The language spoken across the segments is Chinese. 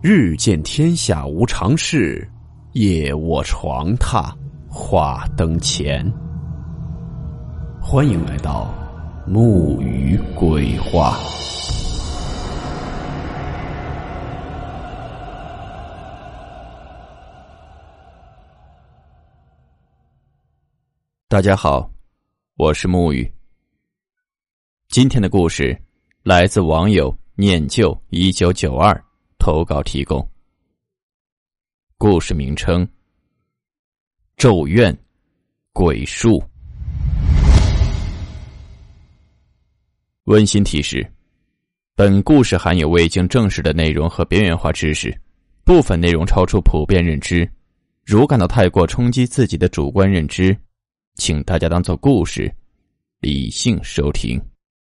日见天下无常事，夜卧床榻话灯前。欢迎来到木鱼鬼话。大家好，我是木鱼。今天的故事来自网友念旧1992投稿提供。故事名称：咒怨鬼术。温馨提示：本故事含有未经证实的内容和边缘化知识，部分内容超出普遍认知，如感到太过冲击自己的主观认知，请大家当作故事理性收听。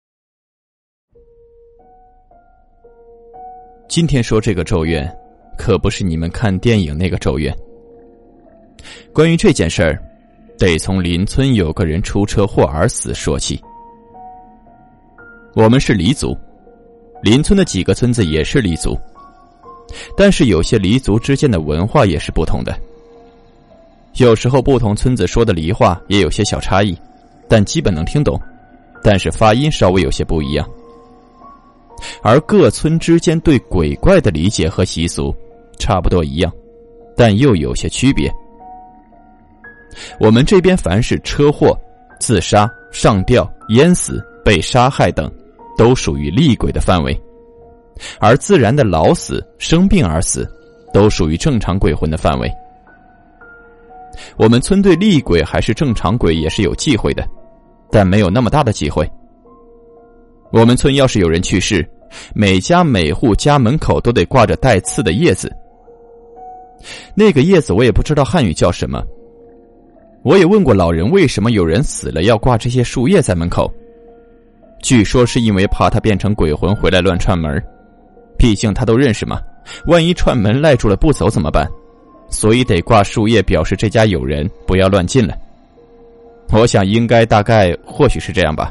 今天说这个咒怨可不是你们看电影那个咒怨。关于这件事儿，得从邻村有个人出车祸而死说起。我们是黎族，邻村的几个村子也是黎族，但是有些黎族之间的文化也是不同的。有时候不同村子说的黎话也有些小差异，但基本能听懂，但是发音稍微有些不一样。而各村之间对鬼怪的理解和习俗差不多一样，但又有些区别。我们这边凡是车祸、自杀、上吊、淹死、被杀害等都属于厉鬼的范围，而自然的老死、生病而死都属于正常鬼魂的范围。我们村对厉鬼还是正常鬼也是有忌讳的，但没有那么大的忌讳。我们村要是有人去世，每家每户家门口都得挂着带刺的叶子。那个叶子我也不知道汉语叫什么，我也问过老人为什么有人死了要挂这些树叶在门口，据说是因为怕他变成鬼魂回来乱串门，毕竟他都认识嘛，万一串门赖住了不走怎么办，所以得挂树叶表示这家有人，不要乱进了。我想应该大概或许是这样吧。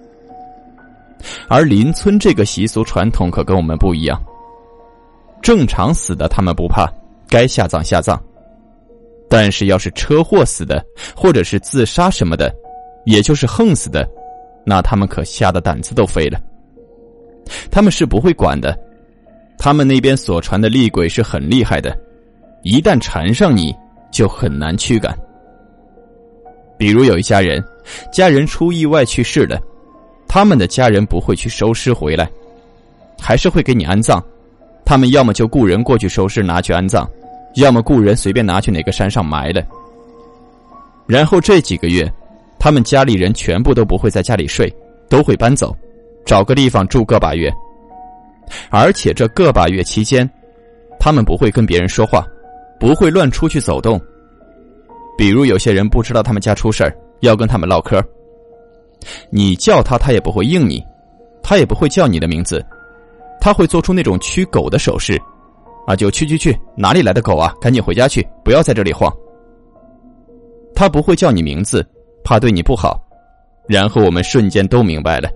而邻村这个习俗传统可跟我们不一样，正常死的他们不怕，该下葬下葬，但是要是车祸死的或者是自杀什么的，也就是横死的，那他们可吓得胆子都飞了。他们是不会管的，他们那边所传的厉鬼是很厉害的，一旦缠上你就很难驱赶。比如有一家人出意外去世了，他们的家人不会去收尸回来，还是会给你安葬。他们要么就雇人过去收尸拿去安葬，要么雇人随便拿去哪个山上埋了。然后这几个月他们家里人全部都不会在家里睡，都会搬走，找个地方住个把月。而且这个把月期间，他们不会跟别人说话，不会乱出去走动。比如有些人不知道他们家出事儿，要跟他们唠嗑，你叫他他也不会应你，他也不会叫你的名字，他会做出那种驱狗的手势啊，就去，哪里来的狗啊，赶紧回家去，不要在这里晃。他不会叫你名字，怕对你不好。然后我们瞬间都明白了。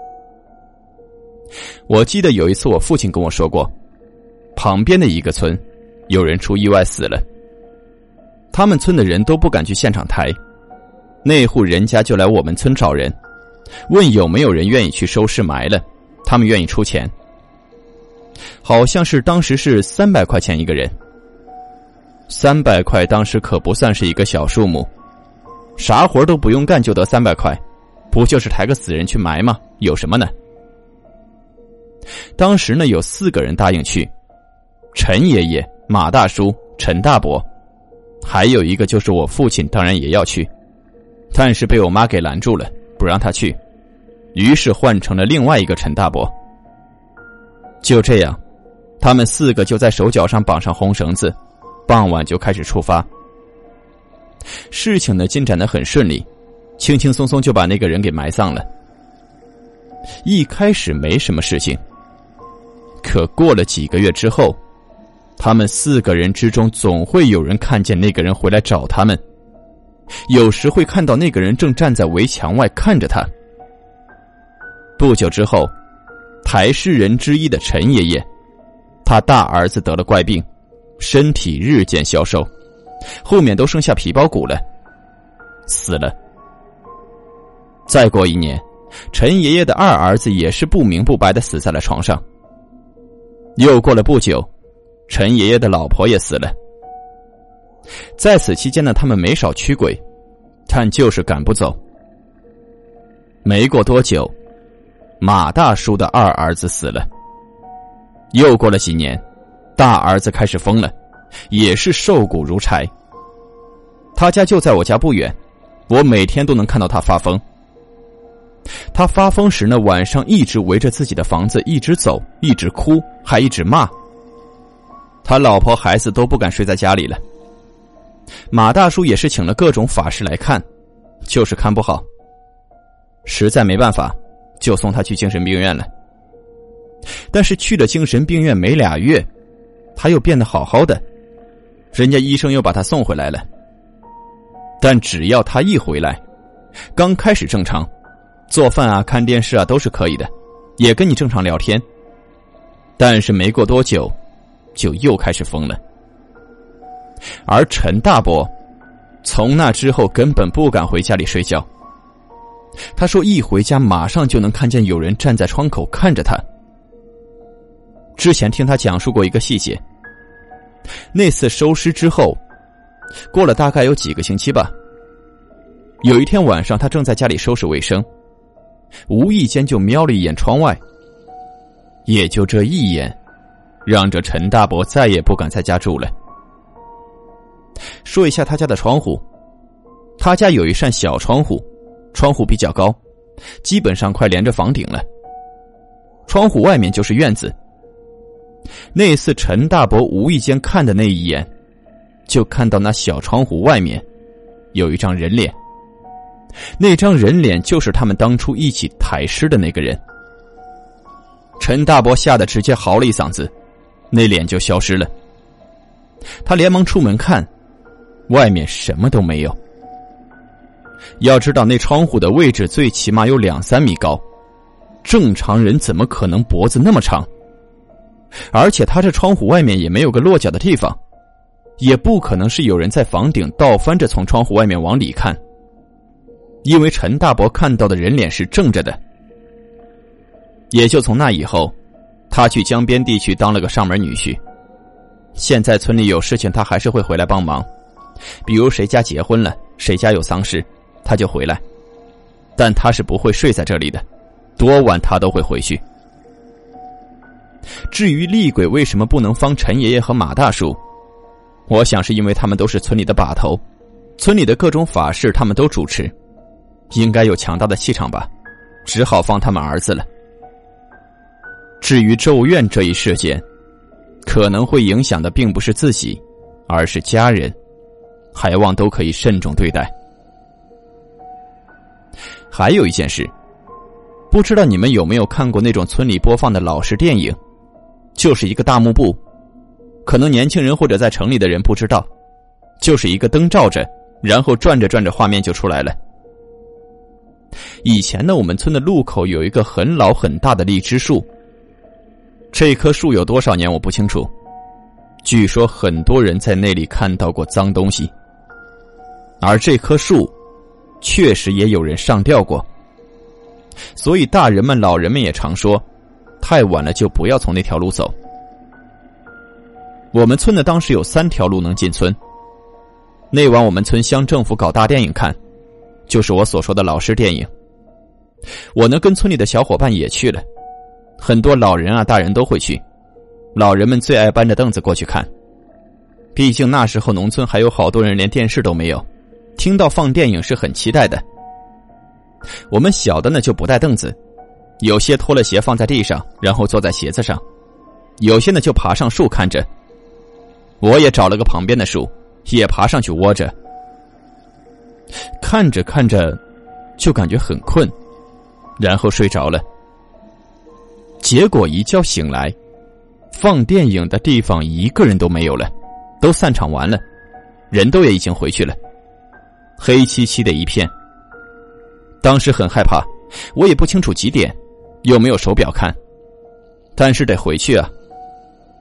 我记得有一次我父亲跟我说过，旁边的一个村有人出意外死了，他们村的人都不敢去现场抬，那户人家就来我们村找人，问有没有人愿意去收尸埋了，他们愿意出钱。好像是当时是300块钱一个人。300块当时可不算是一个小数目，啥活都不用干就得300块，不就是抬个死人去埋吗？有什么呢？当时呢有4个人答应去，陈爷爷、马大叔、陈大伯，还有一个就是我父亲，当然也要去，但是被我妈给拦住了，不让他去，于是换成了另外一个陈大伯。就这样，他们4个就在手脚上绑上红绳子，傍晚就开始出发。事情呢进展得很顺利，轻轻松松就把那个人给埋葬了。一开始没什么事情，可过了几个月之后，他们4个人之中总会有人看见那个人回来找他们，有时会看到那个人正站在围墙外看着他。不久之后，抬尸人之一的陈爷爷他大儿子得了怪病，身体日渐消瘦，后面都剩下皮包骨了，死了。再过1年，陈爷爷的二儿子也是不明不白地死在了床上。又过了不久，陈爷爷的老婆也死了。在此期间呢，他们没少驱鬼，但就是赶不走。没过多久，马大叔的二儿子死了。又过了几年，大儿子开始疯了，也是瘦骨如柴。他家就在我家不远，我每天都能看到他发疯。他发疯时呢，晚上一直围着自己的房子一直走，一直哭，还一直骂。他老婆孩子都不敢睡在家里了。马大叔也是请了各种法师来看，就是看不好。实在没办法，就送他去精神病院了。但是去了精神病院没2月，他又变得好好的，人家医生又把他送回来了。但只要他一回来，刚开始正常，做饭啊、看电视啊都是可以的，也跟你正常聊天。但是没过多久，就又开始疯了。而陈大伯从那之后根本不敢回家里睡觉。他说一回家马上就能看见有人站在窗口看着他。之前听他讲述过一个细节，那次收尸之后，过了大概有几个星期吧，有一天晚上他正在家里收拾卫生，无意间就瞄了一眼窗外。也就这一眼，让这陈大伯再也不敢在家住了。说一下他家的窗户，他家有一扇小窗户，窗户比较高，基本上快连着房顶了。窗户外面就是院子。那次陈大伯无意间看的那一眼，就看到那小窗户外面有一张人脸。那张人脸就是他们当初一起抬尸的那个人。陈大伯吓得直接嚎了一嗓子，那脸就消失了。他连忙出门看，外面什么都没有。要知道那窗户的位置最起码有2-3米高，正常人怎么可能脖子那么长？而且他这窗户外面也没有个落脚的地方，也不可能是有人在房顶倒翻着从窗户外面往里看，因为陈大伯看到的人脸是正着的。也就从那以后，他去江边地区当了个上门女婿。现在村里有事情他还是会回来帮忙，比如谁家结婚了，谁家有丧事，他就回来。但他是不会睡在这里的，多晚他都会回去。至于厉鬼为什么不能帮陈爷爷和马大叔，我想是因为他们都是村里的把头，村里的各种法事他们都主持，应该有强大的气场吧，只好放他们儿子了。至于咒怨这一事件，可能会影响的并不是自己，而是家人，还望都可以慎重对待。还有一件事，不知道你们有没有看过那种村里播放的老式电影，就是一个大幕布，可能年轻人或者在城里的人不知道，就是一个灯照着，然后转着转着画面就出来了。以前呢，我们村的路口有一个很老很大的荔枝树，这棵树有多少年我不清楚，据说很多人在那里看到过脏东西。而这棵树确实也有人上吊过，所以大人们老人们也常说，太晚了就不要从那条路走。我们村呢当时有3条路能进村。那晚我们村乡政府搞大电影看，就是我所说的老式电影。我呢跟村里的小伙伴也去了，很多老人啊大人都会去，老人们最爱搬着凳子过去看。毕竟那时候农村还有好多人连电视都没有，听到放电影是很期待的。我们小的呢就不带凳子，有些脱了鞋放在地上，然后坐在鞋子上，有些呢就爬上树看着。我也找了个旁边的树，也爬上去窝着。看着看着就感觉很困，然后睡着了。结果一觉醒来，放电影的地方一个人都没有了，都散场完了，人都也已经回去了，黑漆漆的一片。当时很害怕，我也不清楚几点，又没有手表看，但是得回去啊。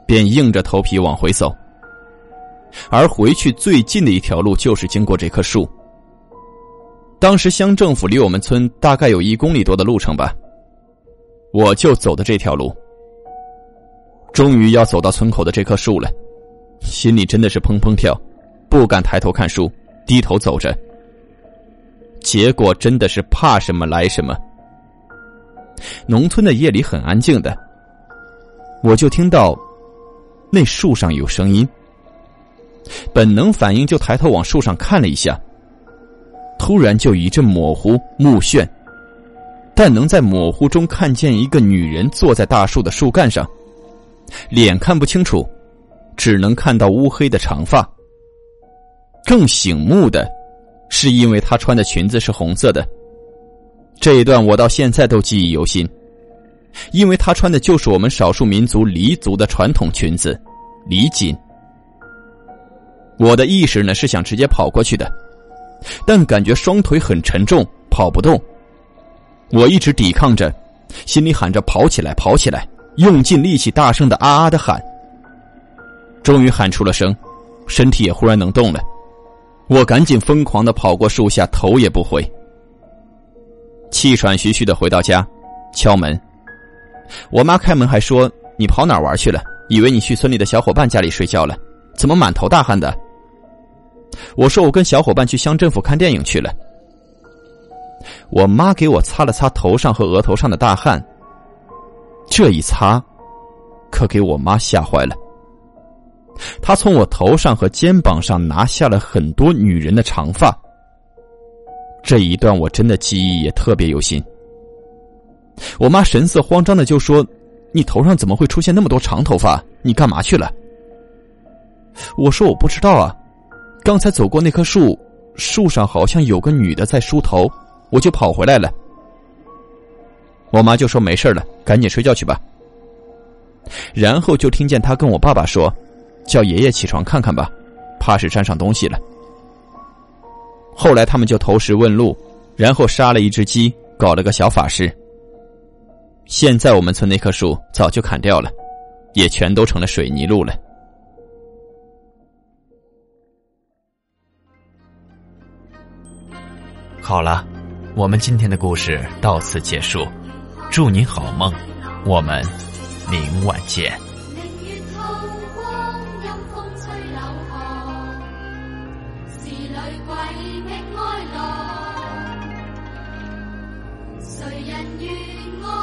便硬着头皮往回走。而回去最近的一条路就是经过这棵树。当时乡政府离我们村大概有1公里多的路程吧，我就走的这条路。终于要走到村口的这棵树了，心里真的是砰砰跳，不敢抬头看树，低头走着。结果真的是怕什么来什么。农村的夜里很安静的，我就听到那树上有声音，本能反应就抬头往树上看了一下，突然就一阵模糊目眩，但能在模糊中看见一个女人坐在大树的树干上，脸看不清楚，只能看到乌黑的长发。更醒目的是因为她穿的裙子是红色的，这一段我到现在都记忆犹新，因为她穿的就是我们少数民族黎族的传统裙子黎锦。我的意识呢是想直接跑过去的，但感觉双腿很沉重，跑不动。我一直抵抗着，心里喊着跑起来跑起来，用尽力气大声的啊啊的喊。终于喊出了声，身体也忽然能动了。我赶紧疯狂的跑过树下，头也不回，气喘吁吁的回到家，敲门。我妈开门还说：“你跑哪儿玩去了？以为你去村里的小伙伴家里睡觉了，怎么满头大汗的？”我说：“我跟小伙伴去乡政府看电影去了。”我妈给我擦了擦头上和额头上的大汗，这一擦可给我妈吓坏了。她从我头上和肩膀上拿下了很多女人的长发，这一段我真的记忆也特别犹新。我妈神色慌张的就说：“你头上怎么会出现那么多长头发？你干嘛去了？”我说：“我不知道啊，刚才走过那棵树，树上好像有个女的在梳头，我就跑回来了。”我妈就说：“没事了，赶紧睡觉去吧。”然后就听见她跟我爸爸说：“叫爷爷起床看看吧，怕是沾上东西了。”后来他们就投石问路，然后杀了一只鸡，搞了个小法事。现在我们村那棵树早就砍掉了，也全都成了水泥路了。 好了，我们今天的故事到此结束，祝您好梦，我们明晚见。 谁人愿我